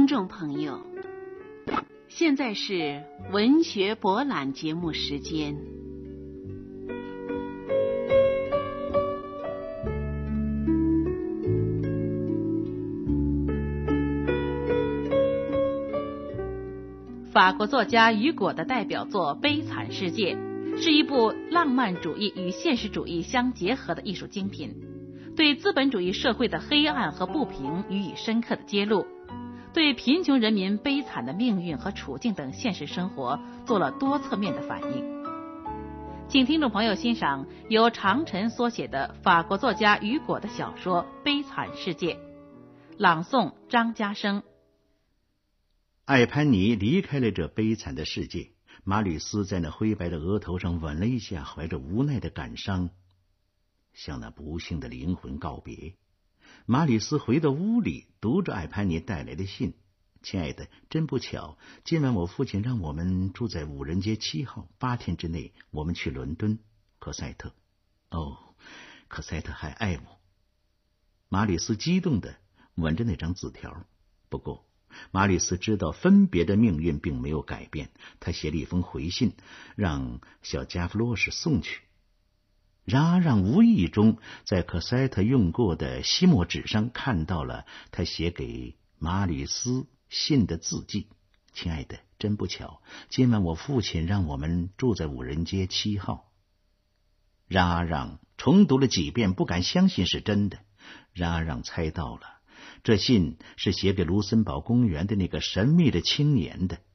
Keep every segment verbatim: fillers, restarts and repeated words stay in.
众朋友，现在是文学博览节目时间。 法国作家雨果的代表作《悲惨世界》是一部浪漫主义与现实主义相结合的艺术精品，对资本主义社会的黑暗和不平予以深刻的揭露，对贫穷人民悲惨的命运和处境等现实生活做了多侧面的反映。请听众朋友欣赏由长晨所写的法国作家雨果的小说《悲惨世界》，朗诵张家生。 艾潘尼离开了这悲惨的世界，马吕斯在那灰白的额头上吻了一下，怀着无奈的感伤，向那不幸的灵魂告别。马吕斯回到屋里，读着艾潘尼带来的信。亲爱的，真不巧，今晚我父亲让我们住在五人街七号，八天之内我们去伦敦。科赛特，哦，科赛特还爱我。马吕斯激动地吻着那张字条。不过马吕斯知道分别的命运并没有改变，他写了一封回信，让小加弗洛什送去。然而让无意中在科赛特用过的吸墨纸上看到了他写给马吕斯信的字迹。亲爱的，真不巧，今晚我父亲让我们住在五人街七号。然而让重读了几遍，不敢相信是真的。然而让猜到了，这信是写给卢森堡公园的那个神秘的青年的。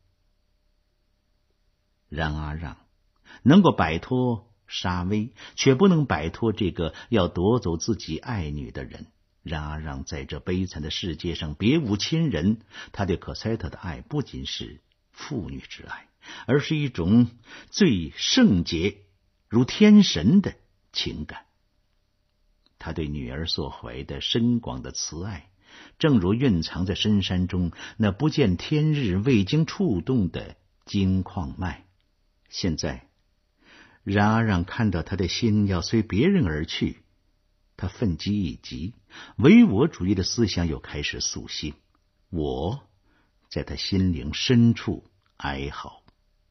然而让能够摆脱沙威，却不能摆脱这个要夺走自己爱女的人。然而让在这悲惨的世界上别无亲人，他对可塞特的爱不仅是父女之爱，而是一种最圣洁如天神的情感。他对女儿所怀的深广的慈爱，正如蕴藏在深山中那不见天日未经触动的金矿脉。现在然而让看到他的心要随别人而去，他愤激一急，唯我主义的思想又开始苏醒。我在他心灵深处哀嚎。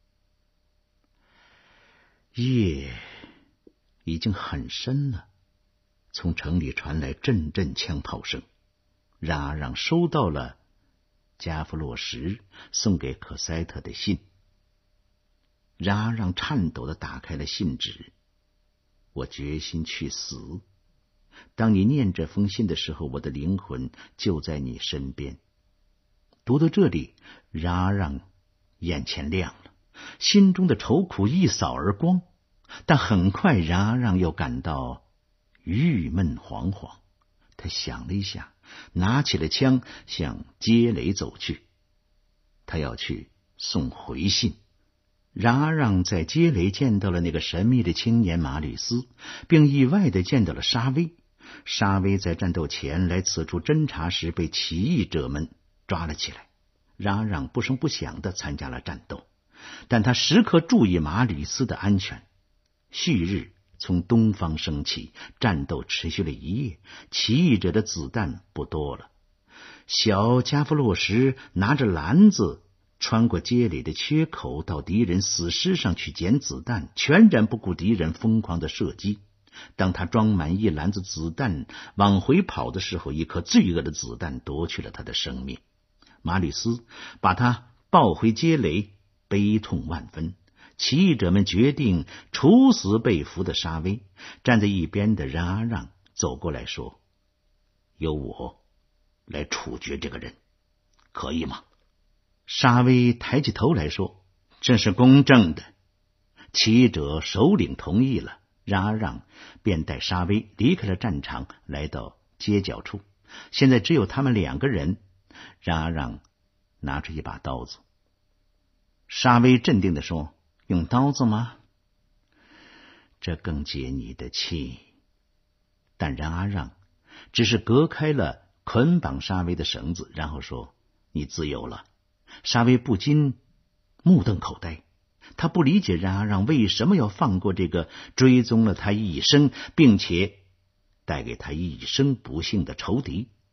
夜已经很深了，从城里传来阵阵枪炮声。然而让收到了加弗洛什送给可塞特的信。然而让颤抖地打开了信纸。我决心去死。当你念这封信的时候，我的灵魂就在你身边。读到这里，然而让眼前亮了，心中的愁苦一扫而光。但很快然而让又感到郁闷惶惶。他想了一下，拿起了枪向街垒走去。他要去送回信。然而让在街垒见到了那个神秘的青年马吕斯，并意外地见到了沙威。沙威在战斗前来此处侦查时被起义者们抓了起来。然而让不声不响地参加了战斗，但他时刻注意马吕斯的安全。旭日从东方升起，战斗持续了一夜，起义者的子弹不多了。小加弗洛什拿着篮子穿过街里的缺口，到敌人死尸上去捡子弹，全然不顾敌人疯狂的射击。当他装满一篮子子弹往回跑的时候，一颗罪恶的子弹夺去了他的生命。马吕斯把他抱回街垒，悲痛万分。起义者们决定处死被俘的沙威。站在一边的然阿让走过来说：由我来处决这个人，可以吗？沙威抬起头来说：这是公正的。起义者首领同意了。然而让便带沙威离开了战场，来到街角处。现在只有他们两个人。然而让拿出一把刀子。沙威镇定地说：用刀子吗？这更解你的气。但然而让只是隔开了捆绑沙威的绳子，然后说：你自由了。沙威不禁目瞪口呆。他不理解然而让为什么要放过这个追踪了他一生并且带给他一生不幸的仇敌。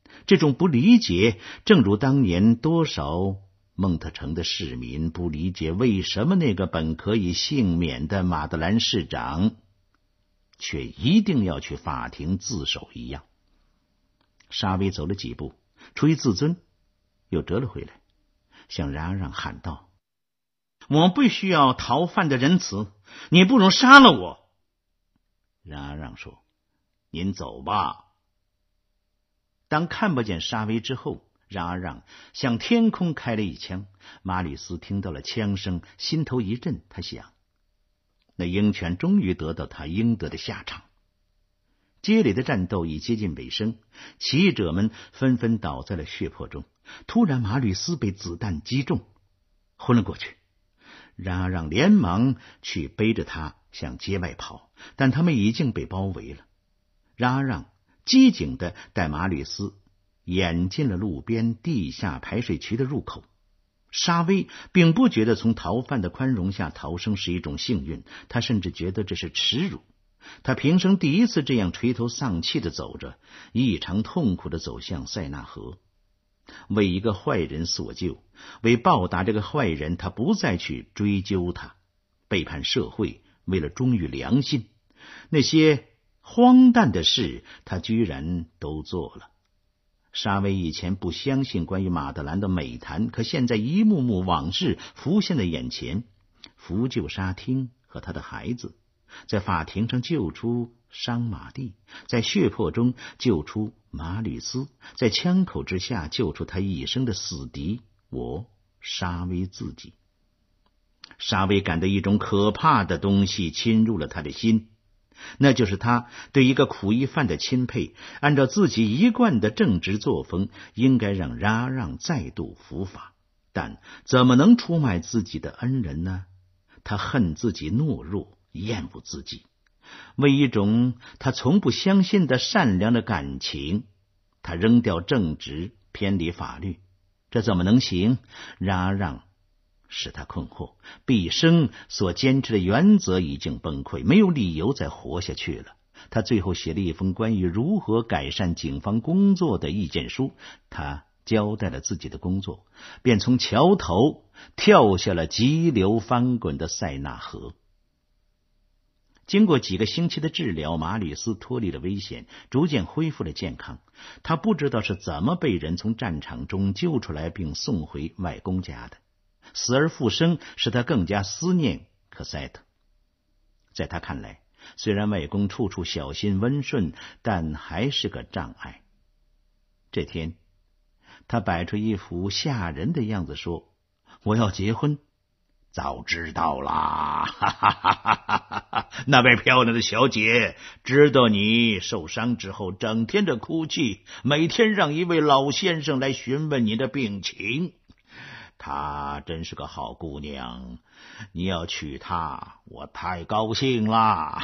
这种不理解，正如当年多少蒙特城的市民不理解为什么那个本可以幸免的马德兰市长却一定要去法庭自首一样。沙威走了几步，出于自尊又折了回来，向冉冉喊道：我不需要逃犯的仁慈，你不容杀了我。冉冉说：您走吧。当看不见沙威之后，冉冉向天空开了一枪。马吕斯听到了枪声，心头一震，他想，那鹰犬终于得到他应得的下场。街里的战斗已接近尾声，起义者们纷纷倒在了血泊中。突然马吕斯被子弹击中，昏了过去。冉冉连忙去背着他向街外跑，但他们已经被包围了。冉冉机警地带马吕斯演进了路边地下排水渠的入口。沙威并不觉得从逃犯的宽容下逃生是一种幸运，他甚至觉得这是耻辱。他平生第一次这样垂头丧气地走着，异常痛苦地走向塞纳河。为一个坏人所救，为报答这个坏人，他不再去追究他，背叛社会，为了忠于良心，那些荒诞的事他居然都做了。沙威以前不相信关于马德兰的美谈，可现在一幕幕往事浮现在眼前：扶救沙汀和他的孩子，在法庭上救出商马蒂，在血泊中救出马吕斯，在枪口之下救出他一生的死敌我沙威自己。沙威感到一种可怕的东西侵入了他的心，那就是他对一个苦役犯的钦佩。按照自己一贯的正直作风，应该让冉冉再度伏法，但怎么能出卖自己的恩人呢？他恨自己懦弱，厌恶自己，为一种他从不相信的善良的感情，他扔掉正直，偏离法律，这怎么能行？冉冉使他困惑，毕生所坚持的原则已经崩溃，没有理由再活下去了。他最后写了一封关于如何改善警方工作的意见书，他交代了自己的工作，便从桥头跳下了急流翻滚的塞纳河。经过几个星期的治疗，马吕斯脱离了危险，逐渐恢复了健康。他不知道是怎么被人从战场中救出来并送回外公家的。死而复生使他更加思念科赛特。在他看来，虽然外公处处小心温顺，但还是个障碍。这天，他摆出一副吓人的样子说：我要结婚。早知道啦，哈哈哈哈哈！那位漂亮的小姐知道你受伤之后整天的哭泣，每天让一位老先生来询问你的病情。她真是个好姑娘，你要娶她，我太高兴啦！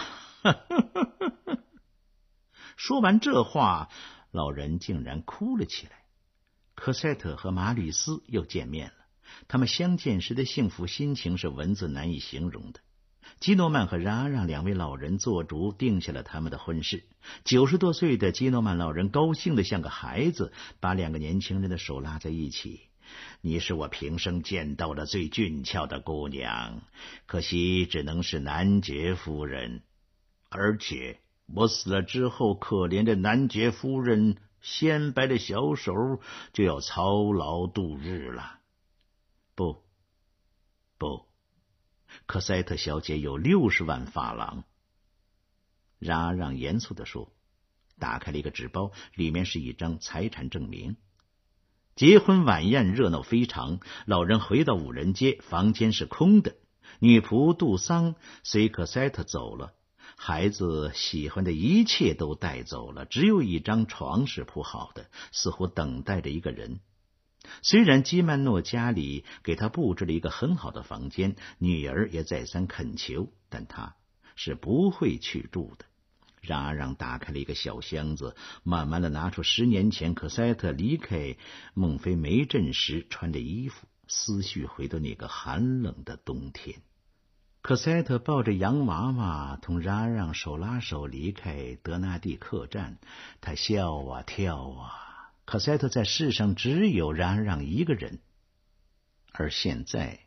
说完这话，老人竟然哭了起来。科赛特和马吕斯又见面了。他们相见时的幸福心情是文字难以形容的。基诺曼和冉冉两位老人做主定下了他们的婚事。九十多岁的基诺曼老人高兴得像个孩子，把两个年轻人的手拉在一起。你是我平生见到的最俊俏的姑娘，可惜只能是男爵夫人。而且我死了之后，可怜的男爵夫人纤白的小手就要操劳度日了。不不，科赛特小姐有六十万法郎。冉冉严肃地说，打开了一个纸包，里面是一张财产证明。结婚晚宴热闹非常，老人回到五人街，房间是空的。女仆杜桑随科赛特走了，孩子喜欢的一切都带走了，只有一张床是铺好的，似乎等待着一个人。虽然基曼诺家里给他布置了一个很好的房间，女儿也再三恳求，但他是不会去住的。冉冉打开了一个小箱子，慢慢的拿出十年前科赛特离开孟菲梅镇时穿的衣服，思绪回到那个寒冷的冬天。科赛特抱着洋娃娃同冉冉手拉手离开德纳第客栈，他笑啊跳啊， 可赛特在世上只有冉冉一个人。而现在，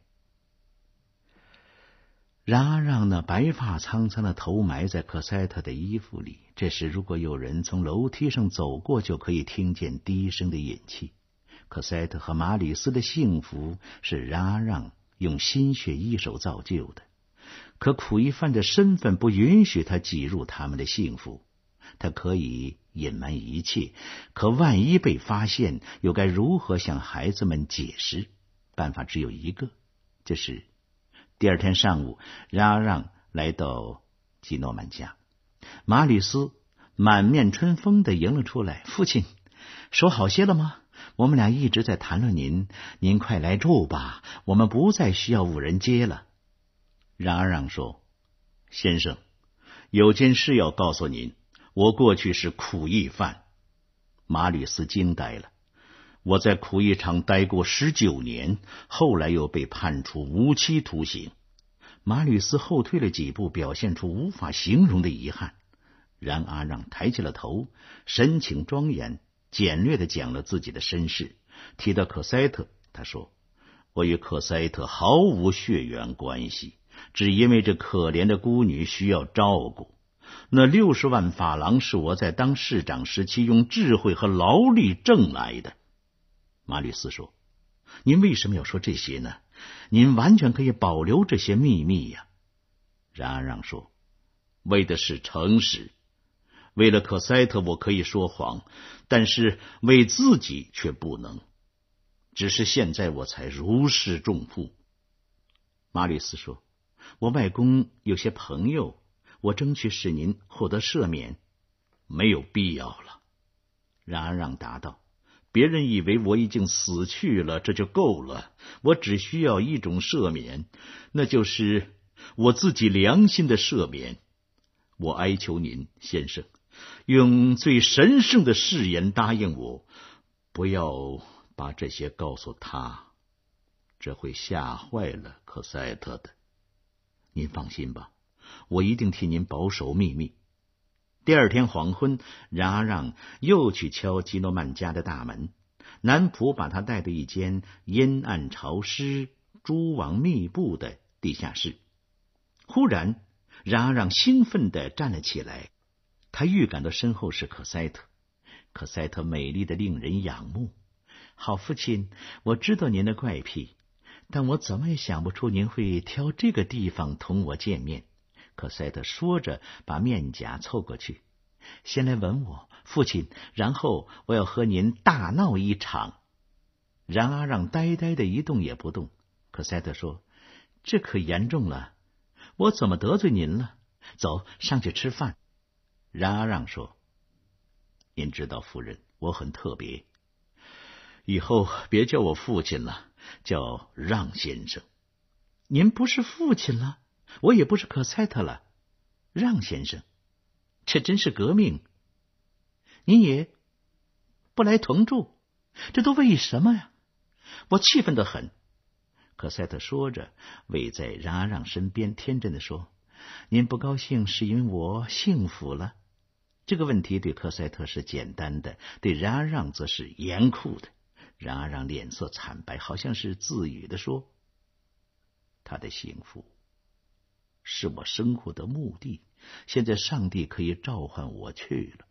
冉冉那白发苍苍的头埋在可赛特的衣服里，这时如果有人从楼梯上走过，就可以听见低声的饮气。可赛特和马里斯的幸福是冉冉用心血一手造就的，可苦役犯的身份不允许他挤入他们的幸福。他可以隐瞒一切，可万一被发现，又该如何向孩子们解释？办法只有一个，就是第二天上午，冉冉来到基诺曼家，马吕斯满面春风地迎了出来。父亲，手好些了吗？我们俩一直在谈论您，您快来住吧，我们不再需要五人街了。冉冉说，先生，有件事要告诉您，我过去是苦役犯。马吕斯惊呆了。我在苦役场待过十九年，后来又被判处无期徒刑。马吕斯后退了几步，表现出无法形容的遗憾。冉阿让抬起了头，神情庄严，简略地讲了自己的身世。提到可赛特，他说，我与可赛特毫无血缘关系，只因为这可怜的孤女需要照顾。那六十万法郎是我在当市长时期用智慧和劳力挣来的。马吕斯说，您为什么要说这些呢？您完全可以保留这些秘密呀。冉阿让说，为的是诚实。为了可赛特我可以说谎，但是为自己却不能。只是现在我才如释重负。马吕斯说，我外公有些朋友，我争取使您获得赦免。没有必要了。冉阿让答道，别人以为我已经死去了，这就够了。我只需要一种赦免，那就是我自己良心的赦免。我哀求您，先生，用最神圣的誓言答应我，不要把这些告诉他，这会吓坏了可赛特的。您放心吧，我一定替您保守秘密。第二天黄昏，冉阿让又去敲基诺曼家的大门。男仆把他带到一间阴暗潮湿、蛛网密布的地下室。忽然，冉阿让兴奋地站了起来，他预感到身后是可赛特。可赛特美丽的令人仰慕。好父亲，我知道您的怪癖，但我怎么也想不出您会挑这个地方同我见面。可赛特说着，把面颊凑过去。先来吻我，父亲，然后我要和您大闹一场。冉阿让呆呆的一动也不动。可赛特说，这可严重了，我怎么得罪您了？走上去吃饭。冉阿让说，您知道夫人，我很特别，以后别叫我父亲了，叫让先生。您不是父亲了，我也不是可赛特了，让先生，这真是革命。您也不来同住，这都为什么呀？我气愤得很。可赛特说着，偎在冉阿让身边，天真的说，您不高兴是因为我幸福了。这个问题对可赛特是简单的，对冉阿让则是严酷的。冉阿让脸色惨白，好像是自语的说，他的幸福是我生活的目的，现在上帝可以召唤我去了。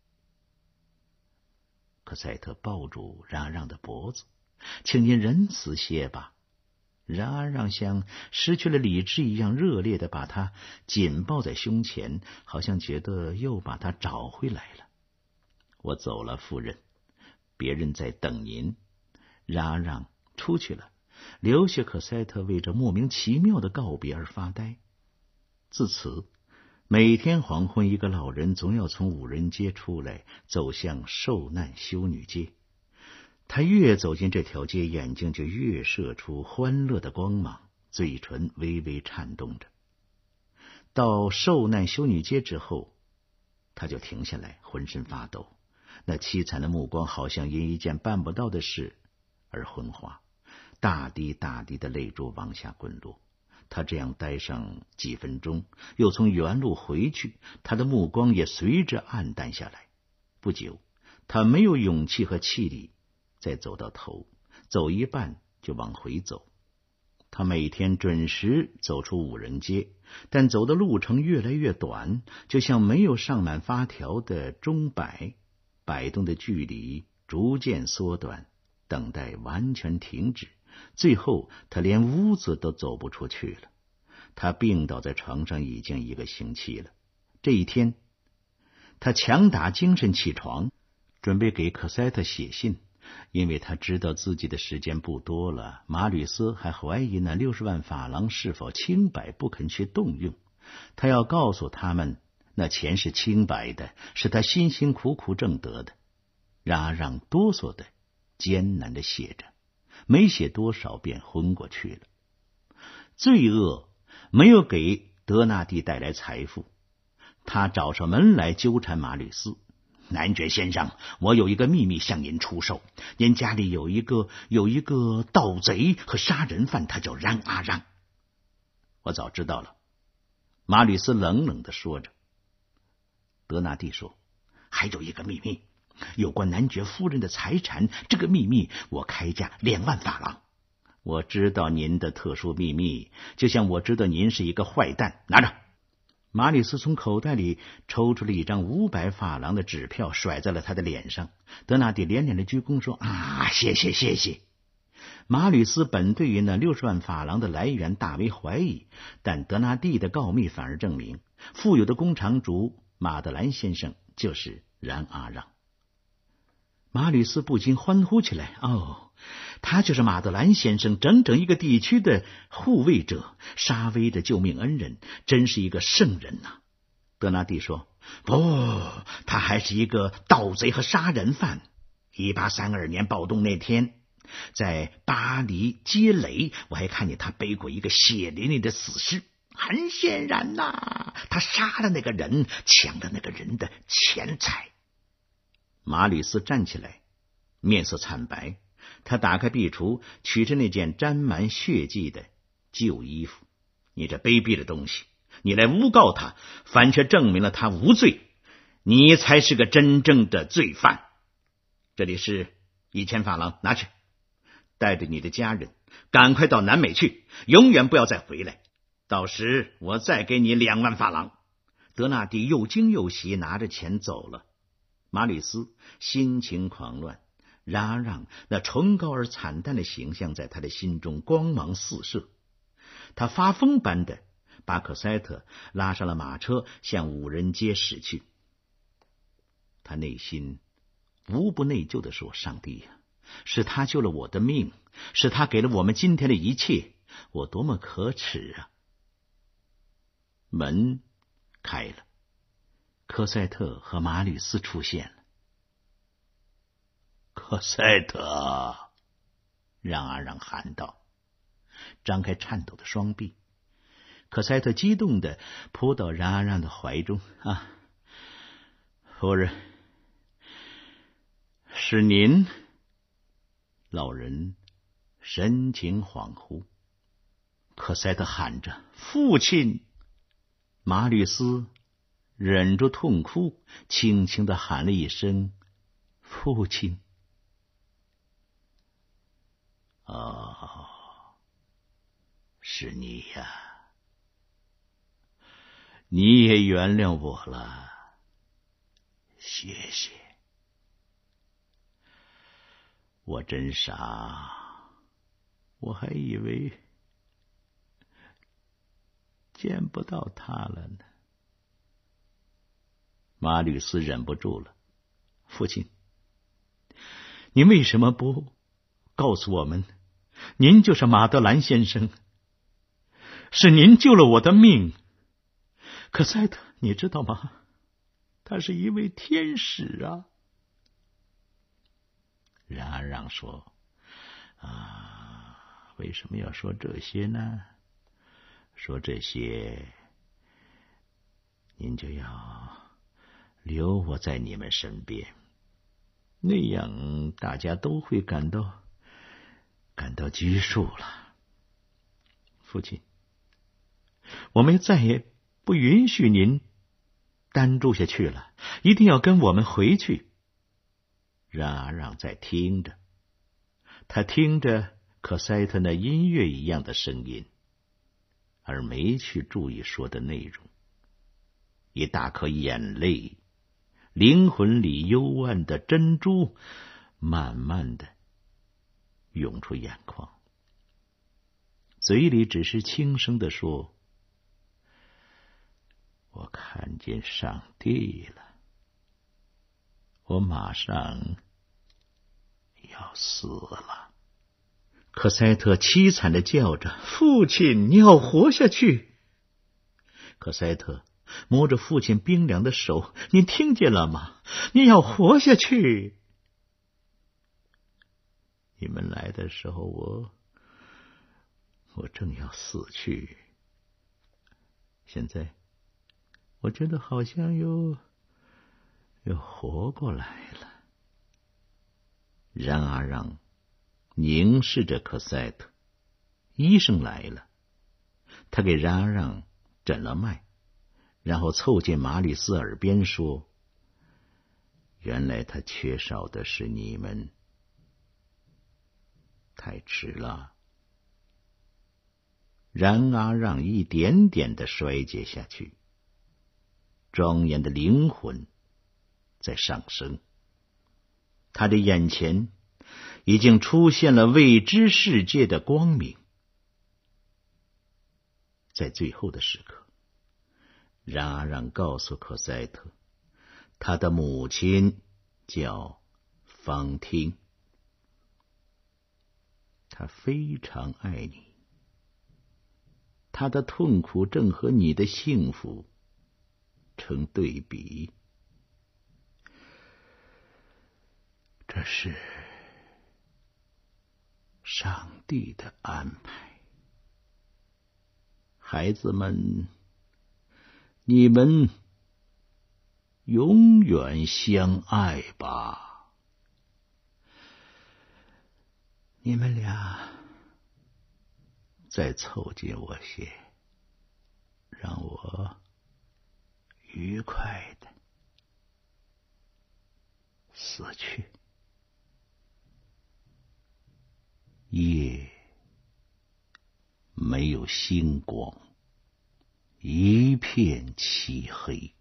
可赛特抱住冉阿让的脖子，请您仁慈些吧。冉阿让像失去了理智一样热烈地把他紧抱在胸前，好像觉得又把他找回来了。我走了，夫人，别人在等您。冉阿让出去了，留下可赛特为这莫名其妙的告别而发呆。自此，每天黄昏，一个老人总要从五人街出来，走向受难修女街。他越走进这条街，眼睛就越射出欢乐的光芒，嘴唇微微颤动着。到受难修女街之后，他就停下来，浑身发抖。那凄惨的目光好像因一件办不到的事而昏花，大滴大滴的泪珠往下滚落。他这样待上几分钟，又从原路回去，他的目光也随着暗淡下来。不久， 他没有勇气和气力再走到头，走一半就往回走。他每天准时走出五人街，但走的路程越来越短，就像没有上满发条的钟摆，摆动的距离逐渐缩短，等待完全停止。最后他连屋子都走不出去了。他病倒在床上已经一个星期了。这一天，他强打精神起床，准备给科赛特写信，因为他知道自己的时间不多了。马吕斯还怀疑那六十万法郎是否清白，不肯去动用。他要告诉他们，那钱是清白的，是他辛辛苦苦挣得的。阿让哆嗦的、艰难的写着，没写多少便昏过去了。罪恶没有给德纳第带来财富，他找上门来纠缠马吕斯。男爵先生，我有一个秘密向您出售。您家里有一个有一个盗贼和杀人犯，他叫冉阿让。我早知道了，马吕斯冷冷地说着。德纳第说，还有一个秘密，有关男爵夫人的财产，这个秘密我开价两万法郎。我知道您的特殊秘密，就像我知道您是一个坏蛋。拿着。马吕斯从口袋里抽出了一张五百法郎的纸票，甩在了他的脸上。德纳第连连的鞠躬说：“啊，谢谢谢谢。”马吕斯本对于那六十万法郎的来源大为怀疑，但德纳第的告密反而证明，富有的工厂主马德兰先生就是冉阿让。马吕斯不禁欢呼起来：“哦，他就是马德兰先生，整整一个地区的护卫者，沙威的救命恩人，真是一个圣人呐、啊！”德纳第说：“不，他还是一个盗贼和杀人犯。一八三二年暴动那天，在巴黎街垒，我还看见他背过一个血淋淋的死尸。很显然呐、啊，他杀了那个人，抢了那个人的钱财。”马吕斯站起来，面色惨白。他打开壁橱，取出那件沾满血迹的旧衣服。“你这卑鄙的东西，你来诬告他，反却证明了他无罪，你才是个真正的罪犯。这里是一千法郎，拿去，带着你的家人赶快到南美去，永远不要再回来。到时我再给你两万法郎。”德纳第又惊又喜，拿着钱走了。马吕斯心情狂乱，冉阿让那崇高而惨淡的形象在他的心中光芒四射。他发疯般的把可塞特拉上了马车，向五人街驶去。他内心无不内疚地说：“上帝呀、啊，是他救了我的命，是他给了我们今天的一切，我多么可耻啊！”门开了，科赛特和马吕斯出现了。“科赛特！”冉阿让喊道，张开颤抖的双臂。科赛特激动地扑到冉阿让的怀中。“啊，夫人，是您。”老人神情恍惚。科赛特喊着：“父亲！”马吕斯忍住痛哭，轻轻地喊了一声：“父亲。”哦，是你呀！你也原谅我了，谢谢。我真傻，我还以为见不到他了呢。马吕斯忍不住了：“父亲，您为什么不告诉我们，您就是马德兰先生？是您救了我的命。可赛特，你知道吗？他是一位天使啊！”冉阿让说：“啊，为什么要说这些呢？说这些，您就要留我在你们身边，那样大家都会感到感到拘束了。父亲，我们再也不允许您单住下去了，一定要跟我们回去。” 冉阿让在听着，他听着可塞特那音乐一样的声音，而没去注意说的内容。一大颗眼泪，灵魂里幽暗的珍珠，慢慢的涌出眼眶，嘴里只是轻声的说：“我看见上帝了，我马上要死了。”可塞特凄惨的叫着：“父亲，你要活下去！”可塞特摸着父亲冰凉的手：“您听见了吗？你要活下去！你们来的时候，我我正要死去。现在我觉得好像又又活过来了。”冉阿让凝视着可塞特。医生来了，他给冉阿让诊了脉，然后凑近马里斯耳边说：“原来他缺少的是你们，太迟了。”冉阿让一点点的衰竭下去，庄严的灵魂在上升，他的眼前已经出现了未知世界的光明。在最后的时刻，冉阿让告诉可塞特，他的母亲叫方汀，他非常爱你，他的痛苦正和你的幸福成对比。这是上帝的安排。孩子们，你们永远相爱吧。你们俩再凑近我些，让我愉快的死去。夜没有星光，一片漆黑。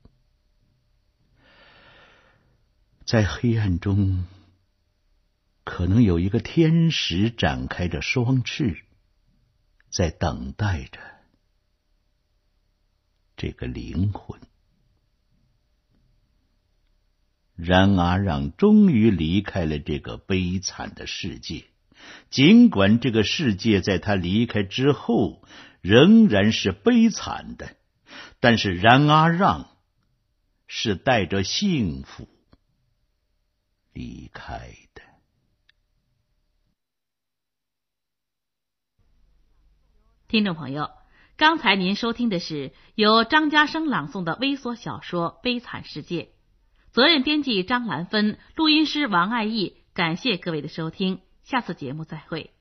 在黑暗中，可能有一个天使展开着双翅，在等待着这个灵魂。冉阿让终于离开了这个悲惨的世界，尽管这个世界在他离开之后仍然是悲惨的，但是冉阿让是带着幸福离开的。 听众朋友，刚才您收听的是由张家生朗诵的微缩小说《悲惨世界》，责任编辑张兰芬，录音师王爱义。感谢各位的收听，下次节目再会。